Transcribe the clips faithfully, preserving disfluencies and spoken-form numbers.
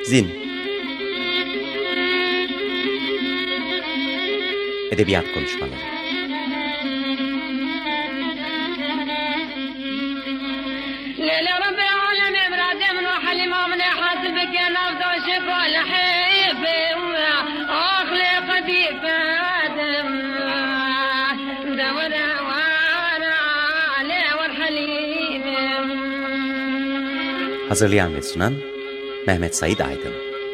Zin. Edebiyat konuşmaları. Hazırlayan ve sunan Mehmet Said Aydın.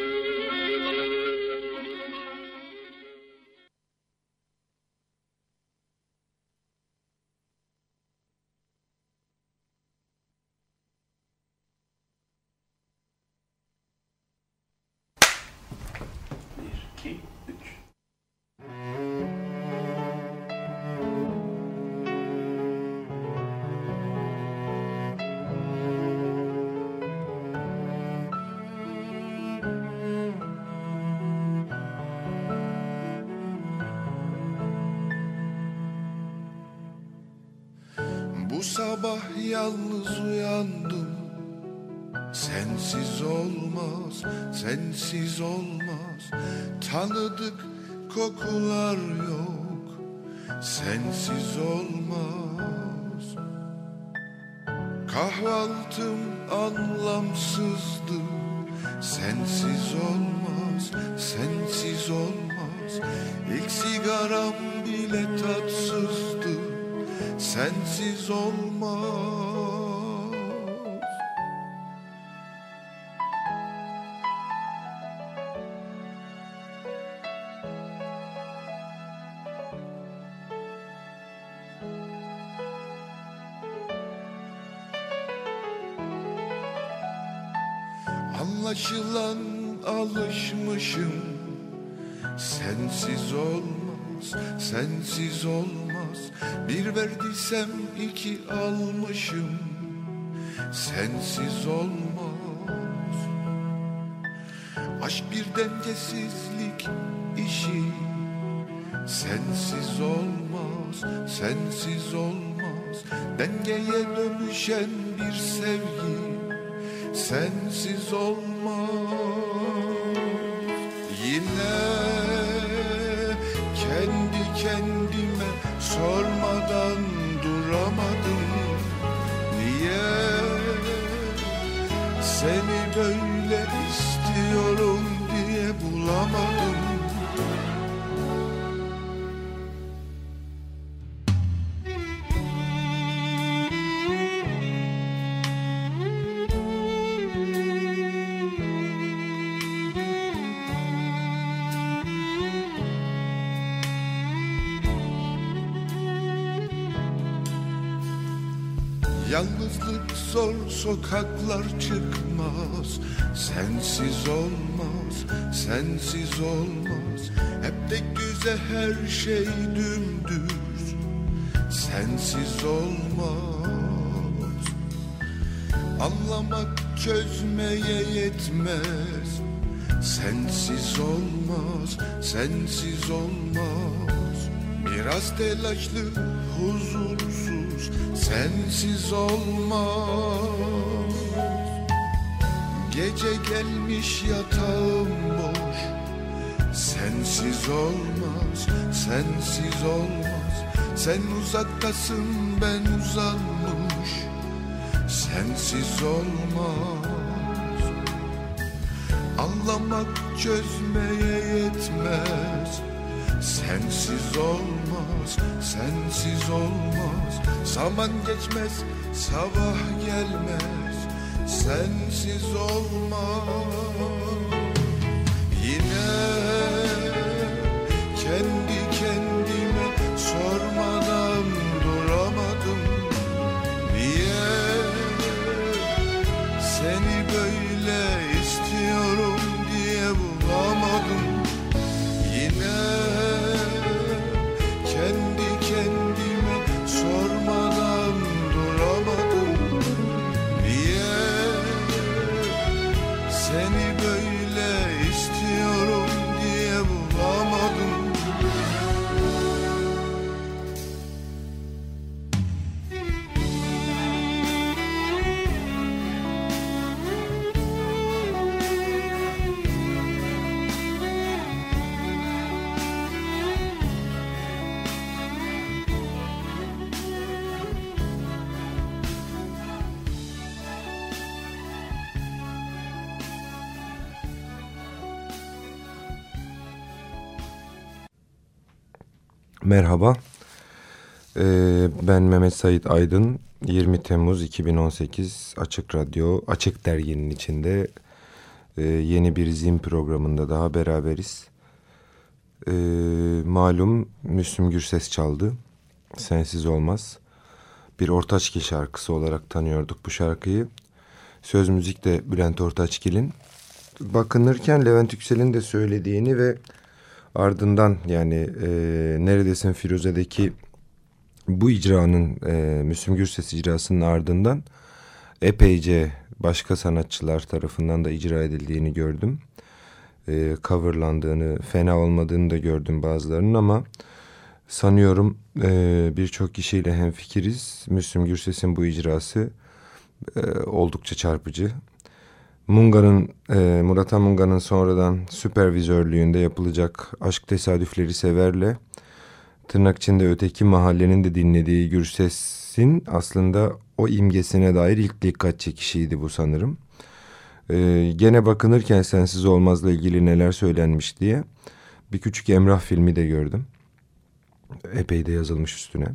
Bu sabah yalnız uyandım. Sensiz olmaz, sensiz olmaz. Tanıdık kokular yok, sensiz olmaz. Kahvaltım anlamsızdı. Sensiz olmaz, sensiz olmaz. İlk sigaram bile tatsızdı. Sensiz olmaz. Anlaşılan alışmışım. Sensiz olmaz, sensiz olmaz. Bir verdiysem iki almışım. Sensiz olmaz. Aşk bir dengesizlik işi. Sensiz olmaz, sensiz olmaz. Dengeye dönüşen bir sevgi. Sensiz olmaz. Yine kendi kendime sormadan duramadım. Niye seni böyle istiyorum diye bulamadım. Yalnızlık zor, sokaklar çıkmaz. Sensiz olmaz, sensiz olmaz. Hep de güzel her şey dümdüz. Sensiz olmaz. Anlamak çözmeye yetmez. Sensiz olmaz, sensiz olmaz. Biraz telaşlı, huzursuz. Sensiz olmaz. Gece gelmiş yatağım boş. Sensiz olmaz, sensiz olmaz. Sen uzaktasın, ben uzanmış. Sensiz olmaz. Anlamak çözmeye yetmez. Sensiz olmaz, sensiz olmaz. Zaman geçmez, sabah gelmez. Sensiz olmaz. Yine kendi kendime sormadan duramadım. Niye seni böyle istiyorum diye bulamadım. Yine kendi kendime sormadan duramadım. Niye seni böyle istiyorum diye Merhaba, ee, ben Mehmet Sait Aydın. yirmi Temmuz iki bin on sekiz Açık Radyo, Açık Dergi'nin içinde e, yeni bir Zim programında daha beraberiz. E, malum Müslüm Gürses çaldı, Sensiz Olmaz. Bir Ortaçgil şarkısı olarak tanıyorduk bu şarkıyı. Söz müzik de Bülent Ortaçgil'in. Bakınırken Levent Yüksel'in de söylediğini ve ardından yani e, Neredesin Firuze'deki bu icranın, e, Müslüm Gürses icrasının ardından epeyce başka sanatçılar tarafından da icra edildiğini gördüm. E, coverlandığını, fena olmadığını da gördüm bazılarının ama sanıyorum e, birçok kişiyle hemfikiriz. Müslüm Gürses'in bu icrası e, oldukça çarpıcı. Munga'nın, e, Murat Munga'nın sonradan süpervizörlüğünde yapılacak Aşk Tesadüfleri Sever'le tırnak içinde Öteki Mahallenin de dinlediği Gürses'in aslında o imgesine dair ilk dikkat çekişiydi bu sanırım. Ee, gene bakınırken Sensiz Olmaz'la ilgili neler söylenmiş diye bir küçük Emrah filmi de gördüm. Epey de yazılmış üstüne.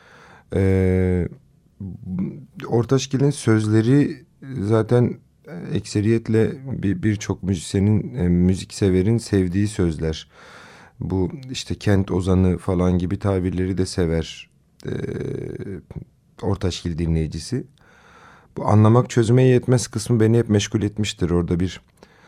Ee, Ortaçgil'in sözleri zaten ekseriyetle bir birçok müzisyenin, e, müzik severin sevdiği sözler. Bu işte kent ozanı falan gibi tabirleri de sever e, Ortaçgil dinleyicisi. Bu anlamak çözüme yetmez kısmı beni hep meşgul etmiştir. Orada bir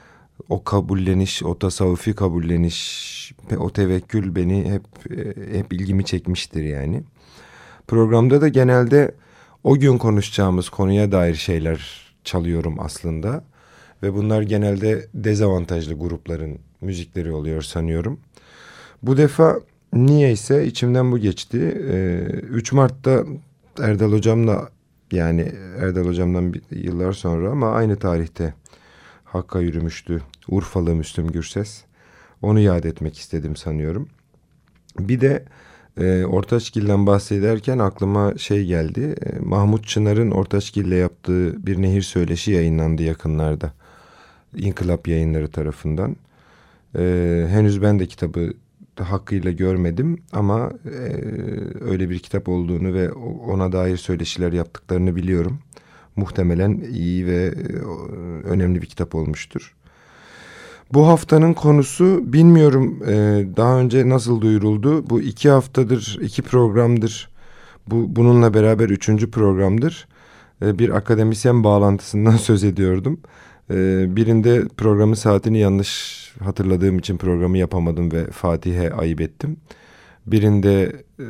o kabulleniş, o tasavvufi kabulleniş, o tevekkül beni hep e, hep ilgimi çekmiştir yani. Programda da genelde o gün konuşacağımız konuya dair şeyler çalıyorum aslında. Ve bunlar genelde dezavantajlı grupların müzikleri oluyor sanıyorum. Bu defa niyeyse içimden bu geçti. Ee, üç Mart'ta Erdal Hocam'la, yani Erdal Hocam'dan bir, yıllar sonra ama aynı tarihte Hakk'a yürümüştü Urfalı Müslüm Gürses. Onu yad etmek istedim sanıyorum. Bir de e, Ortaçgil'den bahsederken aklıma şey geldi. E, Mahmut Çınar'ın Ortaçgil'le yaptığı bir nehir söyleşi yayınlandı yakınlarda. İnkılap Yayınları tarafından. E, henüz ben de kitabı hakkıyla görmedim ama e, öyle bir kitap olduğunu ve ona dair söyleşiler yaptıklarını biliyorum. Muhtemelen iyi ve e, önemli bir kitap olmuştur. Bu haftanın konusu bilmiyorum e, daha önce nasıl duyuruldu. Bu iki haftadır, iki programdır. Bu bununla beraber üçüncü programdır. E, bir akademisyen bağlantısından söz ediyordum. E, birinde programın saatini yanlış hatırladığım için programı yapamadım ve Fatih'e ayıp ettim. Birinde e,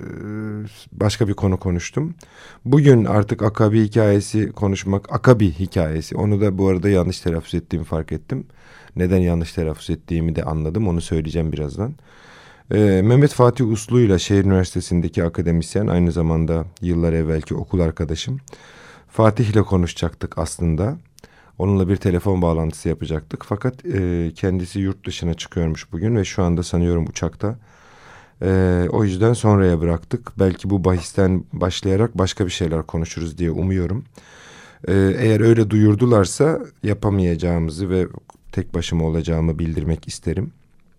başka bir konu konuştum. Bugün artık Akabi hikayesi konuşmak, Akabi hikayesi. Onu da bu arada yanlış telaffuz ettiğimi fark ettim. Neden yanlış telaffuz ettiğimi de anladım. Onu söyleyeceğim birazdan. E, Mehmet Fatih Uslu ile Şehir Üniversitesi'ndeki akademisyen, aynı zamanda yıllar evvelki okul arkadaşım. Fatih ile konuşacaktık aslında. Onunla bir telefon bağlantısı yapacaktık. Fakat e, kendisi yurt dışına çıkıyormuş bugün ve şu anda sanıyorum uçakta. E, o yüzden sonraya bıraktık. Belki bu bahisten başlayarak başka bir şeyler konuşuruz diye umuyorum. E, eğer öyle duyurdularsa yapamayacağımızı ve tek başıma olacağımı bildirmek isterim.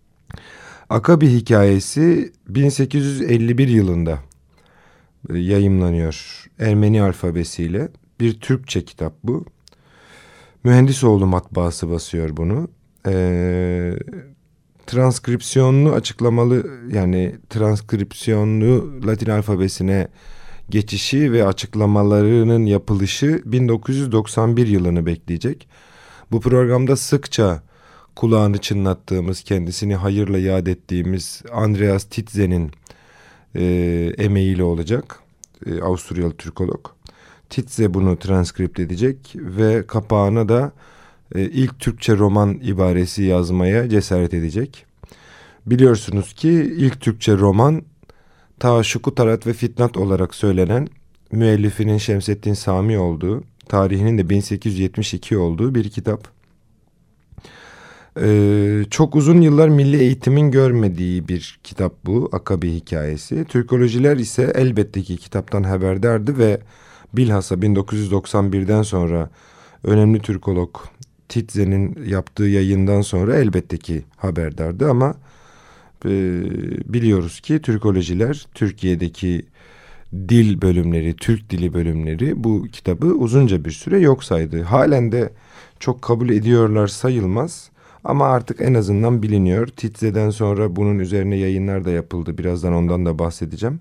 Akabi hikayesi bin sekiz yüz elli bir yılında e, yayımlanıyor. Ermeni alfabesiyle bir Türkçe kitap bu. Mühendisoğlu matbaası basıyor bunu. Ee, transkripsiyonlu açıklamalı, yani transkripsiyonlu Latin alfabesine geçişi ve açıklamalarının yapılışı bin dokuz yüz doksan bir yılını bekleyecek. Bu programda sıkça kulağını çınlattığımız, kendisini hayırla yad ettiğimiz Andreas Titze'nin e, emeğiyle olacak. E, Avusturyalı Türkolog. Titze bunu transkript edecek ve kapağına da e, ilk Türkçe roman ibaresi yazmaya cesaret edecek. Biliyorsunuz ki ilk Türkçe roman ta Şukutarat ve Fitnat olarak söylenen, müellifinin Şemsettin Sami olduğu, tarihinin de bin sekiz yüz yetmiş iki olduğu bir kitap. Ee, çok uzun yıllar milli eğitimin görmediği bir kitap bu, Akabi hikayesi. Türkolojiler ise elbette ki kitaptan haberdardı ve bilhassa bin dokuz yüz doksan birden sonra önemli Türkolog Titze'nin yaptığı yayından sonra elbette ki haberdardı ama e, biliyoruz ki Türkolojiler, Türkiye'deki dil bölümleri, Türk dili bölümleri bu kitabı uzunca bir süre yok saydı. Halen de çok kabul ediyorlar sayılmaz ama artık en azından biliniyor. Titze'den sonra bunun üzerine yayınlar da yapıldı. Birazdan ondan da bahsedeceğim.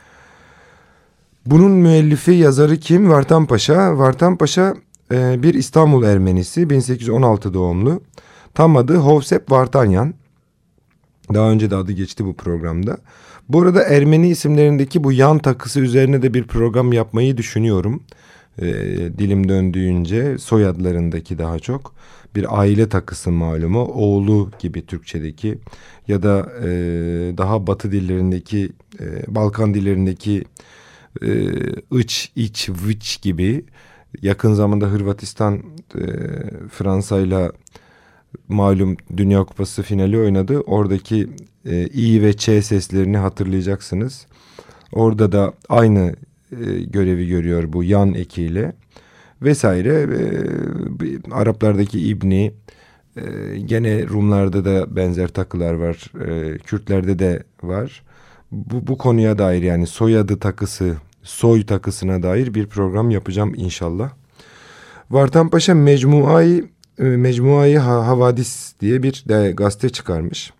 Bunun müellifi, yazarı kim? Vartan Paşa. Vartan Paşa e, bir İstanbul Ermenisi, bin sekiz yüz on altı doğumlu. Tam adı Hovsep Vartanyan. Daha önce de adı geçti bu programda. Bu arada Ermeni isimlerindeki bu yan takısı üzerine de bir program yapmayı düşünüyorum. E, dilim döndüğünce soyadlarındaki daha çok. Bir aile takısı malumu. Oğlu gibi Türkçedeki ya da e, daha batı dillerindeki, e, Balkan dillerindeki e, iç, iç, vıç gibi. Yakın zamanda Hırvatistan e, Fransa'yla malum Dünya Kupası finali oynadı. Oradaki e, İ ve Ç seslerini hatırlayacaksınız. Orada da aynı e, görevi görüyor bu yan ekiyle vesaire. E, Araplardaki İbni, e, gene Rumlarda da benzer takılar var. E, Kürtlerde de var. Bu, bu konuya dair, yani soyadı takısı, soy takısına dair bir program yapacağım inşallah. Vartan Paşa Mecmuayı Mecmuayı Havadis diye bir de gazete çıkarmış.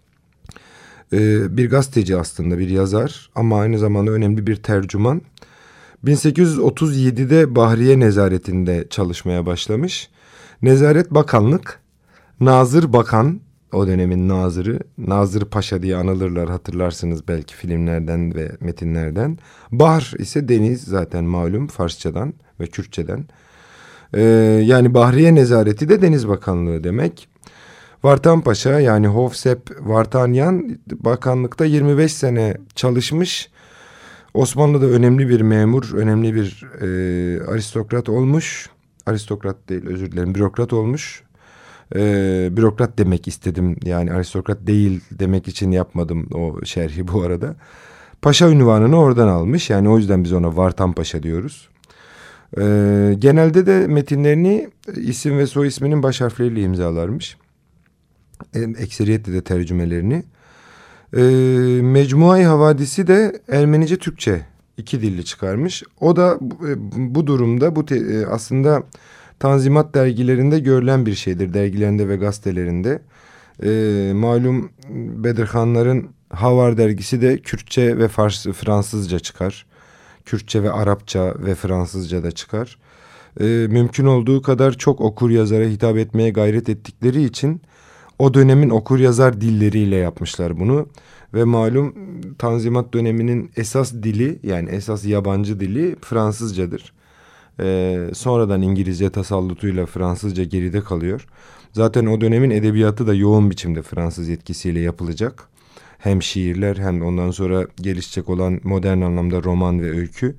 Ee, bir gazeteci aslında, bir yazar ama aynı zamanda önemli bir tercüman. bin sekiz yüz otuz yedide Bahriye Nezaretinde çalışmaya başlamış. Nezaret Bakanlık, Nazır Bakan, o dönemin nazırı, Nazır Paşa diye anılırlar, hatırlarsınız belki filmlerden ve metinlerden. Bahr ise deniz, zaten malum Farsçadan ve Kürtçeden. Ee, yani Bahriye Nezareti de Deniz Bakanlığı demek. Vartan Paşa, yani Hovsep Vartanyan bakanlıkta yirmi beş sene çalışmış. Osmanlı'da önemli bir memur, önemli bir e, aristokrat olmuş. Aristokrat değil, özür dilerim, bürokrat olmuş. E, bürokrat demek istedim, yani aristokrat değil demek için yapmadım o şerhi bu arada. Paşa unvanını oradan almış, yani o yüzden biz ona Vartan Paşa diyoruz. Ee, genelde de metinlerini isim ve soy isminin baş harfleriyle imzalarmış. Ee, ekseriyetle de tercümelerini. Ee, Mecmuayı Havadisi de Ermenice Türkçe iki dilli çıkarmış. O da bu durumda bu te, aslında Tanzimat dergilerinde görülen bir şeydir. Dergilerinde ve gazetelerinde. Ee, malum Bedirhanların Havar dergisi de Kürtçe ve Fars, Fransızca çıkar. Kürtçe ve Arapça ve Fransızca da çıkar. Ee, mümkün olduğu kadar çok okur yazara hitap etmeye gayret ettikleri için o dönemin okur yazar dilleriyle yapmışlar bunu. Ve malum Tanzimat döneminin esas dili, yani esas yabancı dili Fransızcadır. Ee, sonradan İngilizce tasallutuyla Fransızca geride kalıyor. Zaten o dönemin edebiyatı da yoğun biçimde Fransız etkisiyle yapılacak. Hem şiirler hem ondan sonra gelişecek olan modern anlamda roman ve öykü.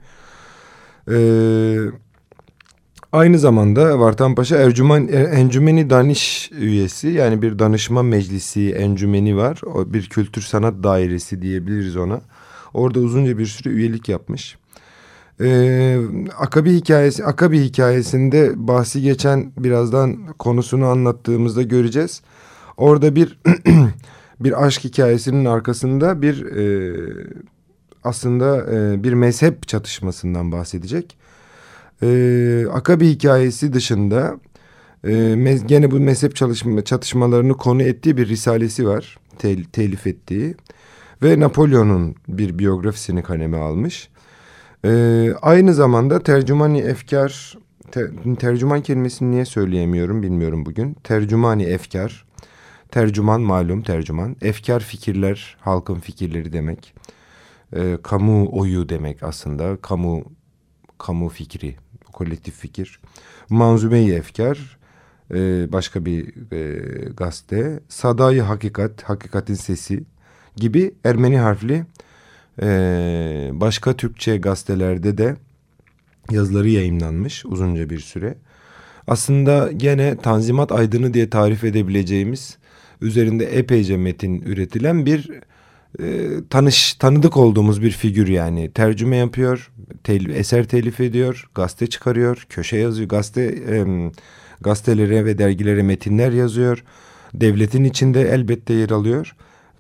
Ee, aynı zamanda Vartan Paşa Ercüman, Encümeni Daniş üyesi, yani bir danışma meclisi, encümeni var. O bir kültür sanat dairesi diyebiliriz ona. Orada uzunca bir süre üyelik yapmış. Ee, Akabi hikayesi, Akabi hikayesinde bahsi geçen, birazdan konusunu anlattığımızda göreceğiz. Orada bir bir aşk hikayesinin arkasında bir e, aslında e, bir mezhep çatışmasından bahsedecek. E, Akabi hikayesi dışında e, mez, gene bu mezhep çalışma, çatışmalarını konu ettiği bir risalesi var, tel, telif ettiği ve Napolyon'un bir biyografisini kaleme almış. E, aynı zamanda tercümani efkar, ter, tercüman kelimesini niye söyleyemiyorum bilmiyorum bugün. Tercümani efkar. Tercüman malum tercüman. Efkar fikirler, halkın fikirleri demek. E, kamu oyu demek aslında. Kamu kamu fikri, kolektif fikir. Manzume-i efkar, e, başka bir e, gazete. Sadayı hakikat, hakikatin sesi gibi Ermeni harfli e, başka Türkçe gazetelerde de yazıları yayımlanmış uzunca bir süre. Aslında gene Tanzimat aydını diye tarif edebileceğimiz, üzerinde epeyce metin üretilen bir e, tanış tanıdık olduğumuz bir figür yani. Tercüme yapıyor, tel, eser telif ediyor, gazete çıkarıyor, köşe yazıyor, gazete e, gazetelere ve dergilere metinler yazıyor. Devletin içinde elbette yer alıyor.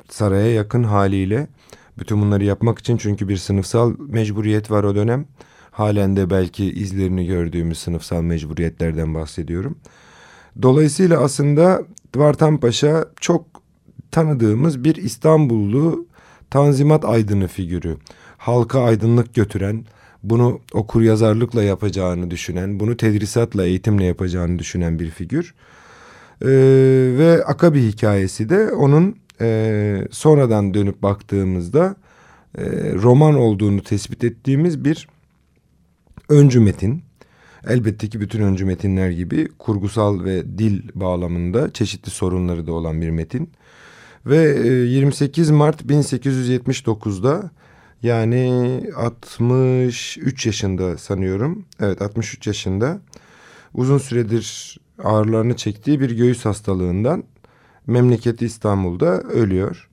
saraya yakın haliyle bütün bunları yapmak için, çünkü bir sınıfsal mecburiyet var o dönem. Halen de belki izlerini gördüğümüz sınıfsal mecburiyetlerden bahsediyorum. Dolayısıyla aslında Vartan Paşa çok tanıdığımız bir İstanbullu Tanzimat aydını figürü. Halka aydınlık götüren, bunu okuryazarlıkla yapacağını düşünen, bunu tedrisatla, eğitimle yapacağını düşünen bir figür. Ee, ve Akabi hikayesi de onun e, sonradan dönüp baktığımızda e, roman olduğunu tespit ettiğimiz bir öncü metin. Elbette ki bütün öncü metinler gibi kurgusal ve dil bağlamında çeşitli sorunları da olan bir metin. Ve yirmi sekiz Mart bin sekiz yüz yetmiş dokuzda, yani altmış üç yaşında sanıyorum. Evet, altmış üç yaşında uzun süredir ağrılarını çektiği bir göğüs hastalığından memleketi İstanbul'da ölüyor.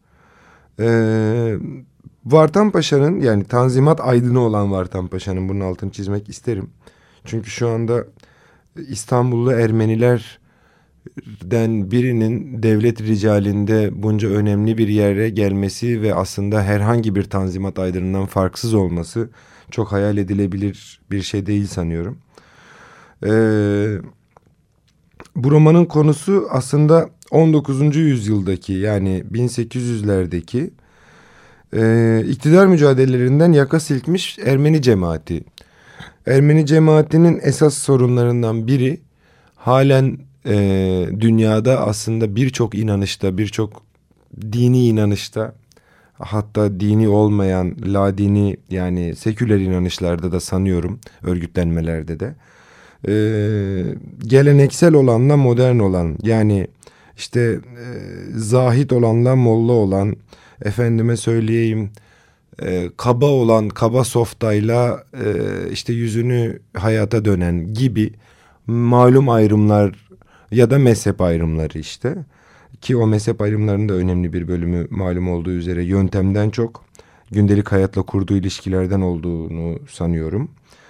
Ee, Vartan Paşa'nın, yani Tanzimat aydını olan Vartan Paşa'nın, bunun altını çizmek isterim. Çünkü şu anda İstanbullu Ermenilerden birinin devlet ricalinde bunca önemli bir yere gelmesi ve aslında herhangi bir Tanzimat aydınından farksız olması çok hayal edilebilir bir şey değil sanıyorum. Ee, bu romanın konusu aslında on dokuzuncu yüzyıldaki, yani bin sekiz yüzlerdeki e, iktidar mücadelelerinden yaka silkmiş Ermeni cemaati. Ermeni cemaatinin esas sorunlarından biri halen e, dünyada aslında birçok inanışta, birçok dini inanışta, hatta dini olmayan ladini, yani seküler inanışlarda da sanıyorum, örgütlenmelerde de e, geleneksel olanla modern olan, yani işte e, zahit olanla molla olan, efendime söyleyeyim, e, kaba olan kaba softayla e, işte yüzünü hayata dönen gibi malum ayrımlar ya da mezhep ayrımları işte. Ki o mezhep ayrımlarının da önemli bir bölümü malum olduğu üzere yöntemden çok gündelik hayatla kurduğu ilişkilerden olduğunu sanıyorum.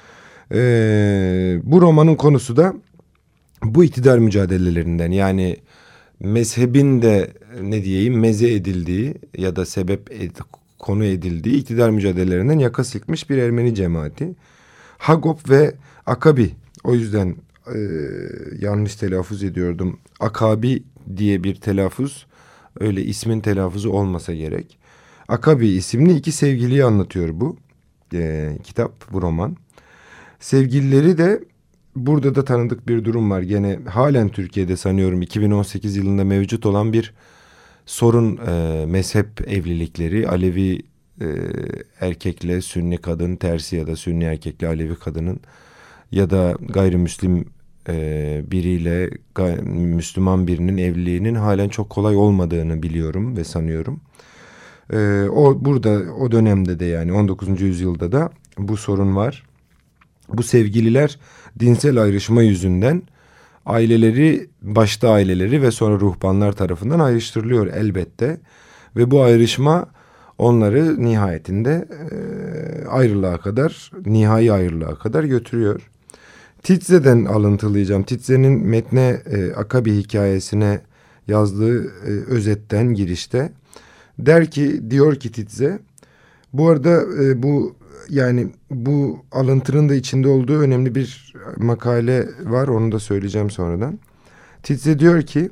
Ee, bu romanın konusu da bu iktidar mücadelelerinden, yani mezhebin de ne diyeyim meze edildiği ya da sebep ed konu edildiği iktidar mücadelelerinden yaka silkmiş bir Ermeni cemaati. Hagop ve Akabi, o yüzden e, yanlış telaffuz ediyordum. Akabi diye bir telaffuz, öyle ismin telaffuzu olmasa gerek. Akabi isimli iki sevgiliyi anlatıyor bu e, kitap, bu roman. Sevgilileri de, burada da tanıdık bir durum var. Gene halen Türkiye'de sanıyorum iki bin on sekiz yılında mevcut olan bir sorun, e, mezhep evlilikleri. Alevi e, erkekle Sünni kadın, tersi ya da Sünni erkekle Alevi kadının ya da gayrimüslim e, biriyle gay, Müslüman birinin evliliğinin halen çok kolay olmadığını biliyorum ve sanıyorum. E, o burada o dönemde de, yani on dokuzuncu yüzyılda da bu sorun var. Bu sevgililer dinsel ayrışma yüzünden aileleri, başta aileleri ve sonra ruhbanlar tarafından ayrıştırılıyor elbette. Ve bu ayrışma onları nihayetinde e, ayrılığa kadar, nihai ayrılığa kadar götürüyor. Titze'den alıntılayacağım. Titze'nin metne, e, Akabi hikayesine yazdığı e, özetten girişte der ki, diyor ki Titze, bu arada e, bu yani bu alıntının da içinde olduğu önemli bir makale var, onu da söyleyeceğim sonradan. Titze diyor ki,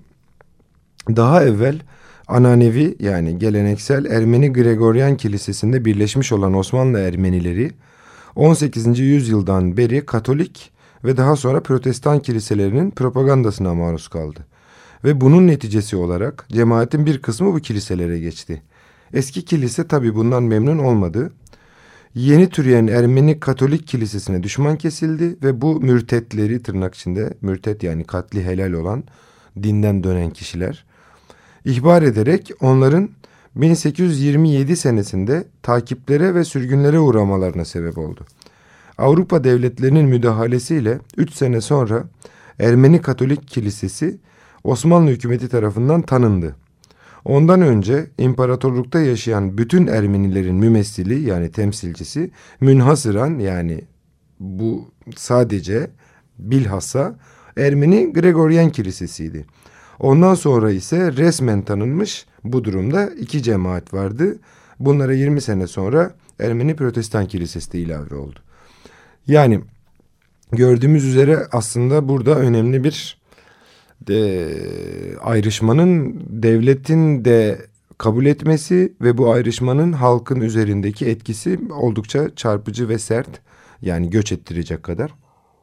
daha evvel Ananevi, yani geleneksel Ermeni Gregoryan Kilisesi'nde birleşmiş olan Osmanlı Ermenileri on sekizinci yüzyıldan beri Katolik ve daha sonra Protestan kiliselerinin propagandasına maruz kaldı. Ve bunun neticesi olarak cemaatin bir kısmı bu kiliselere geçti. Eski kilise tabii bundan memnun olmadı. Yeni türeyen Ermeni Katolik Kilisesi'ne düşman kesildi ve bu mürtetleri, tırnak içinde mürtet yani katli helal olan dinden dönen kişiler, ihbar ederek onların bin sekiz yüz yirmi yedi senesinde takiplere ve sürgünlere uğramalarına sebep oldu. Avrupa devletlerinin müdahalesiyle üç sene sonra Ermeni Katolik Kilisesi Osmanlı hükümeti tarafından tanındı. Ondan önce imparatorlukta yaşayan bütün Ermenilerin mümessili, yani temsilcisi, münhasıran, yani bu sadece bilhassa Ermeni Gregoryan Kilisesi'ydi. Ondan sonra ise resmen tanınmış Bu durumda iki cemaat vardı. Bunlara yirmi sene sonra Ermeni Protestan Kilisesi de ilave oldu. Yani gördüğümüz üzere aslında burada önemli bir de, ayrışmanın devletin de kabul etmesi ve bu ayrışmanın halkın üzerindeki etkisi oldukça çarpıcı ve sert. Yani göç ettirecek kadar.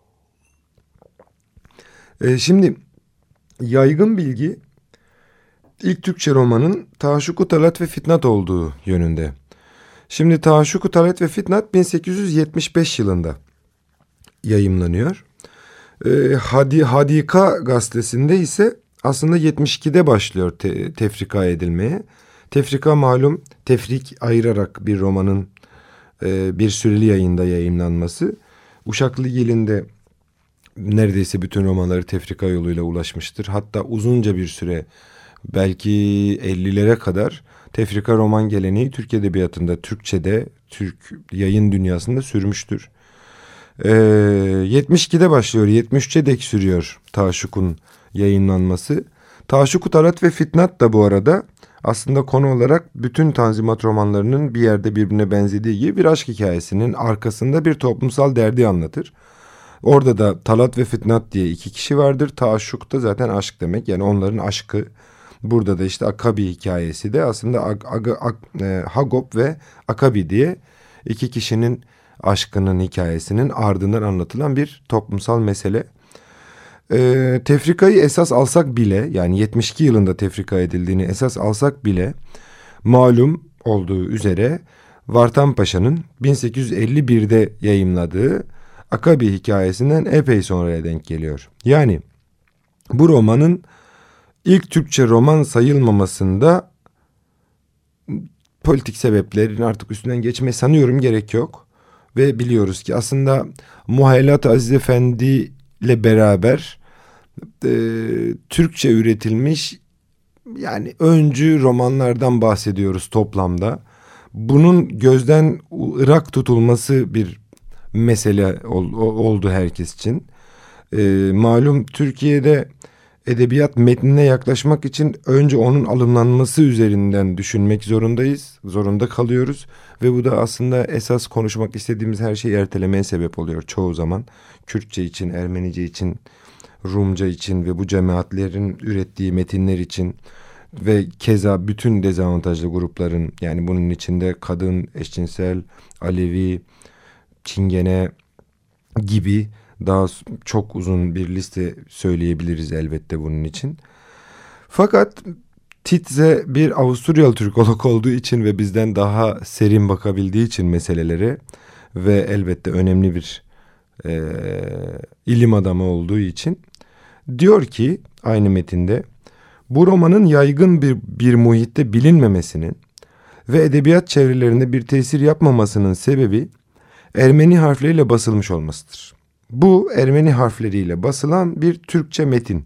Ee, şimdi yaygın bilgi ilk Türkçe romanın Taşşuk-u Talat ve Fitnat olduğu yönünde. Şimdi Taşşuk-u Talat ve Fitnat bin sekiz yüz yetmiş beş yılında yayımlanıyor. Ee, Hadi, Hadika gazetesinde ise aslında yetmiş ikide başlıyor te, tefrika edilmeye. Tefrika malum tefrik ayırarak bir romanın e, bir süreli yayında yayımlanması. Uşaklıgil'in de neredeyse bütün romanları tefrika yoluyla ulaşmıştır. Hatta uzunca bir süre belki ellilere kadar tefrika roman geleneği Türk Edebiyatı'nda, Türkçe'de, Türk yayın dünyasında sürmüştür. Ee, yetmiş ikide başlıyor, yetmiş üçe dek sürüyor Taşşuk'un yayınlanması. Taşşuk-u Talat ve Fitnat da bu arada aslında konu olarak bütün Tanzimat romanlarının bir yerde birbirine benzediği gibi bir aşk hikayesinin arkasında bir toplumsal derdi anlatır. Orada da Talat ve Fitnat diye iki kişi vardır. Taşşuk da zaten aşk demek, yani onların aşkı. Burada da işte Akabi hikayesi de aslında Ag, Ag, Ag, e, Hagop ve Akabi diye iki kişinin aşkının hikayesinin ardından anlatılan bir toplumsal mesele. E, tefrikayı esas alsak bile, yani yetmiş iki yılında tefrika edildiğini esas alsak bile malum olduğu üzere Vartan Paşa'nın bin sekiz yüz elli birde yayımladığı Akabi hikayesinden epey sonraya denk geliyor. Yani bu romanın ilk Türkçe roman sayılmamasında politik sebeplerin artık üstünden geçmeye sanıyorum gerek yok. Ve biliyoruz ki aslında Muhallat Aziz Efendi ile beraber e, Türkçe üretilmiş yani öncü romanlardan bahsediyoruz toplamda. Bunun gözden ırak tutulması bir mesele ol, oldu herkes için. E, malum Türkiye'de edebiyat metnine yaklaşmak için önce onun alımlanması üzerinden düşünmek zorundayız, zorunda kalıyoruz. Ve bu da aslında esas konuşmak istediğimiz her şeyi ertelemeye sebep oluyor çoğu zaman. Kürtçe için, Ermenice için, Rumca için ve bu cemaatlerin ürettiği metinler için ve keza bütün dezavantajlı grupların, yani bunun içinde kadın, eşcinsel, Alevi, Çingene gibi daha çok uzun bir liste söyleyebiliriz elbette bunun için. Fakat Titze bir Avusturyalı Türkolog olduğu için ve bizden daha serin bakabildiği için meselelere ve elbette önemli bir e, ilim adamı olduğu için diyor ki aynı metinde bu romanın yaygın bir, bir muhitte bilinmemesinin ve edebiyat çevrelerinde bir tesir yapmamasının sebebi Ermeni harfleriyle basılmış olmasıdır. Bu Ermeni harfleriyle basılan bir Türkçe metin.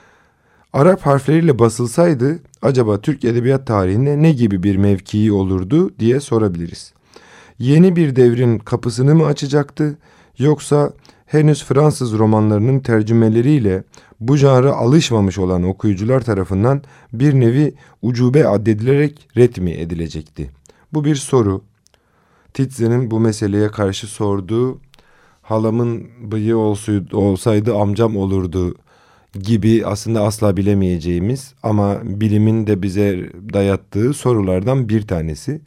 Arap harfleriyle basılsaydı acaba Türk edebiyat tarihinde ne gibi bir mevkii olurdu diye sorabiliriz. Yeni bir devrin kapısını mı açacaktı yoksa henüz Fransız romanlarının tercümeleriyle bu janra alışmamış olan okuyucular tarafından bir nevi ucube addedilerek ret mi edilecekti? Bu bir soru. Titze'nin bu meseleye karşı sorduğu halamın bıyığı olsaydı, olsaydı amcam olurdu gibi aslında asla bilemeyeceğimiz ama bilimin de bize dayattığı sorulardan bir tanesi.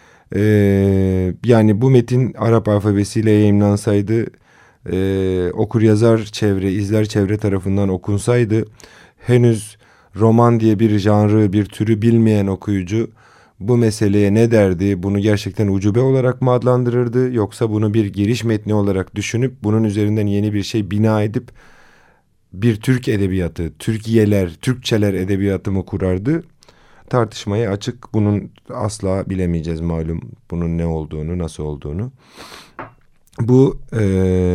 Ee, yani bu metin Arap alfabesiyle yayımlansaydı, e, okur yazar çevre, izler çevre tarafından okunsaydı henüz roman diye bir janrı, bir türü bilmeyen okuyucu bu meseleye ne derdi? Bunu gerçekten ucube olarak mı adlandırırdı? Yoksa bunu bir giriş metni olarak düşünüp bunun üzerinden yeni bir şey bina edip bir Türk edebiyatı, Türkiyeler, Türkçeler edebiyatı mı kurardı? Tartışmaya açık. Bunun asla bilemeyeceğiz malum. Bunun ne olduğunu, nasıl olduğunu. Bu e,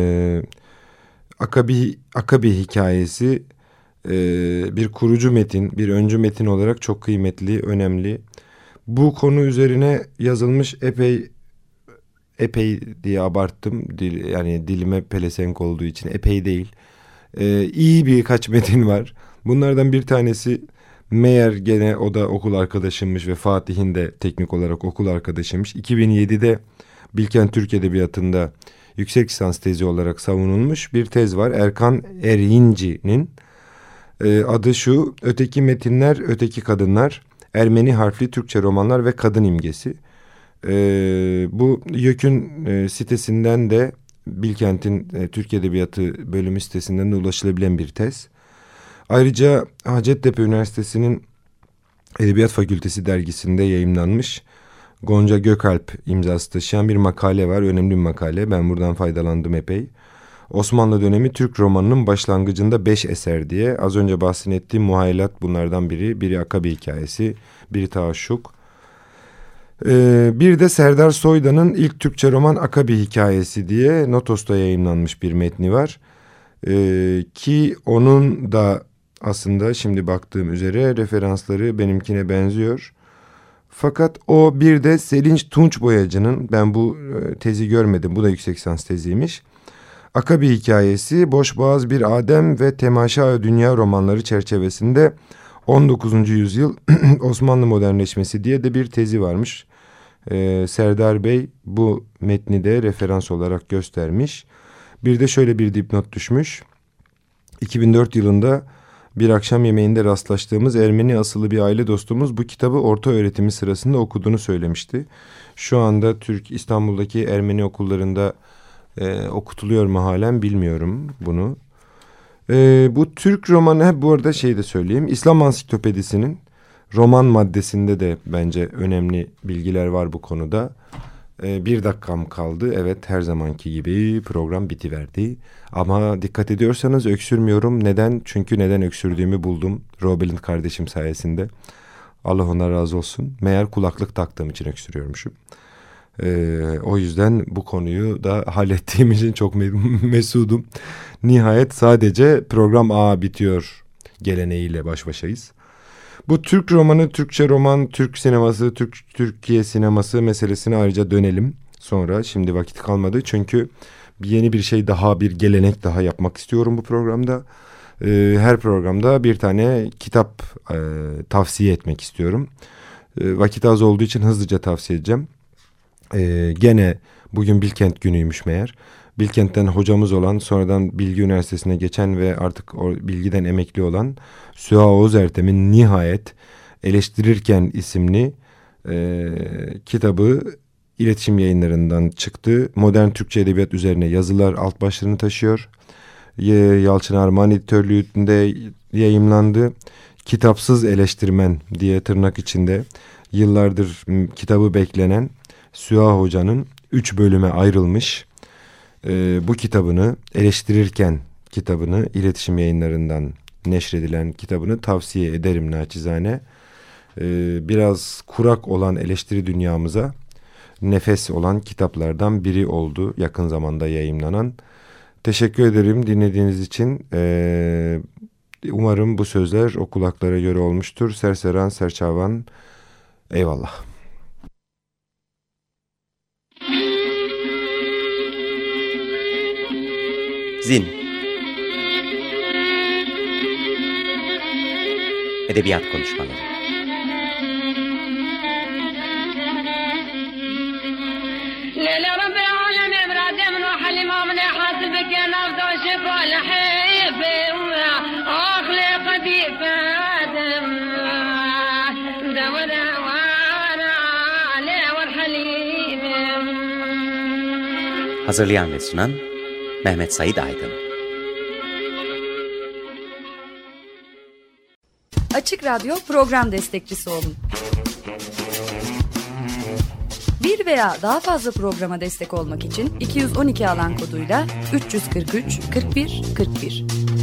Akabi, Akabi hikayesi e, bir kurucu metin, bir öncü metin olarak çok kıymetli, önemli. Bu konu üzerine yazılmış epey epey diye abarttım. Dil, yani dilime pelesenk olduğu için epey değil. Ee, iyi birkaç metin var. Bunlardan bir tanesi Meğer gene o da okul arkadaşımmış ve Fatih'in de teknik olarak okul arkadaşıymış. iki bin yedide Bilkent Türk Edebiyatı'nda yüksek lisans tezi olarak savunulmuş bir tez var. Erkan Erinci'nin e, adı şu: Öteki Metinler, Öteki Kadınlar, Ermeni Harfli Türkçe Romanlar ve Kadın İmgesi. E, bu YÖK'ün e, sitesinden de, Bilkent'in e, Türk Edebiyatı bölümü sitesinden de ulaşılabilen bir tez. Ayrıca Hacettepe Üniversitesi'nin Edebiyat Fakültesi dergisinde yayımlanmış, Gonca Gökalp imzası taşıyan bir makale var. Önemli bir makale. Ben buradan faydalandım epey. Osmanlı dönemi Türk romanının başlangıcında beş eser diye. Az önce bahsettiğim Muhaylat bunlardan biri. Biri Akabe hikayesi, biri Taaşşuk. Ee, bir de Serdar Soydan'ın ilk Türkçe roman Akabe hikayesi diye Notos'ta yayımlanmış bir metni var. Ee, ki onun da aslında şimdi baktığım üzere referansları benimkine benziyor. Fakat o bir de Selinç Tunç Boyacı'nın, ben bu tezi görmedim, bu da yüksek lisans teziymiş, Akabe hikayesi, Boşboğaz Bir Adem ve Temaşa Dünya romanları çerçevesinde on dokuzuncu yüzyıl Osmanlı modernleşmesi diye de bir tezi varmış. Ee, Serdar Bey bu metni de referans olarak göstermiş. Bir de şöyle bir dipnot düşmüş. iki bin dört yılında bir akşam yemeğinde rastlaştığımız Ermeni asıllı bir aile dostumuz bu kitabı orta öğretimi sırasında okuduğunu söylemişti. Şu anda Türk İstanbul'daki Ermeni okullarında e, okutuluyor mu halen bilmiyorum bunu. E, bu Türk romanı, hep bu arada şey de söyleyeyim, İslam Ansiklopedisi'nin roman maddesinde de bence önemli bilgiler var bu konuda. E, bir dakikam kaldı. Evet, her zamanki gibi program bitiverdi. Ama dikkat ediyorsanız öksürmüyorum. Neden? Çünkü neden öksürdüğümü buldum. Robelin kardeşim sayesinde. Allah ona razı olsun. Meğer kulaklık taktığım için öksürüyormuşum. E, o yüzden bu konuyu da hallettiğim için çok mesudum. Nihayet sadece program A bitiyor geleneğiyle baş başayız. Bu Türk romanı, Türkçe roman, Türk sineması, Türk Türkiye sineması meselesine ayrıca dönelim sonra. Şimdi vakit kalmadı çünkü yeni bir şey daha, bir gelenek daha yapmak istiyorum bu programda. Ee, her programda bir tane kitap e, tavsiye etmek istiyorum. E, vakit az olduğu için hızlıca tavsiye edeceğim. E, gene bugün Bilkent günüymüş meğer. Bilkent'ten hocamız olan, sonradan Bilgi Üniversitesi'ne geçen ve artık o Bilgi'den emekli olan Süha Oğuz Ertem'in Nihayet Eleştirirken isimli e, kitabı iletişim yayınlarından çıktı. Modern Türkçe Edebiyat üzerine yazılar alt başlığını taşıyor. Yalçın Armağan editörlüğünde yayımlandı. Kitapsız eleştirmen diye tırnak içinde yıllardır kitabı beklenen Süha Hoca'nın üç bölüme ayrılmış Ee, bu kitabını, Eleştirirken kitabını, iletişim yayınlarından neşredilen kitabını tavsiye ederim naçizane. Ee, biraz kurak olan eleştiri dünyamıza nefes olan kitaplardan biri oldu yakın zamanda yayımlanan. Teşekkür ederim dinlediğiniz için. Ee, umarım bu sözler o kulaklara göre olmuştur. Serseran Serçavan, eyvallah. Zin. Edebiyat konuşmaları. Hazırlayan ve sunan Mehmet Said Aydın. Açık Radyo program destekçisi olun. Bir veya daha fazla programa destek olmak için iki yüz on iki alan koduyla üç yüz kırk üç kırk bir kırk bir.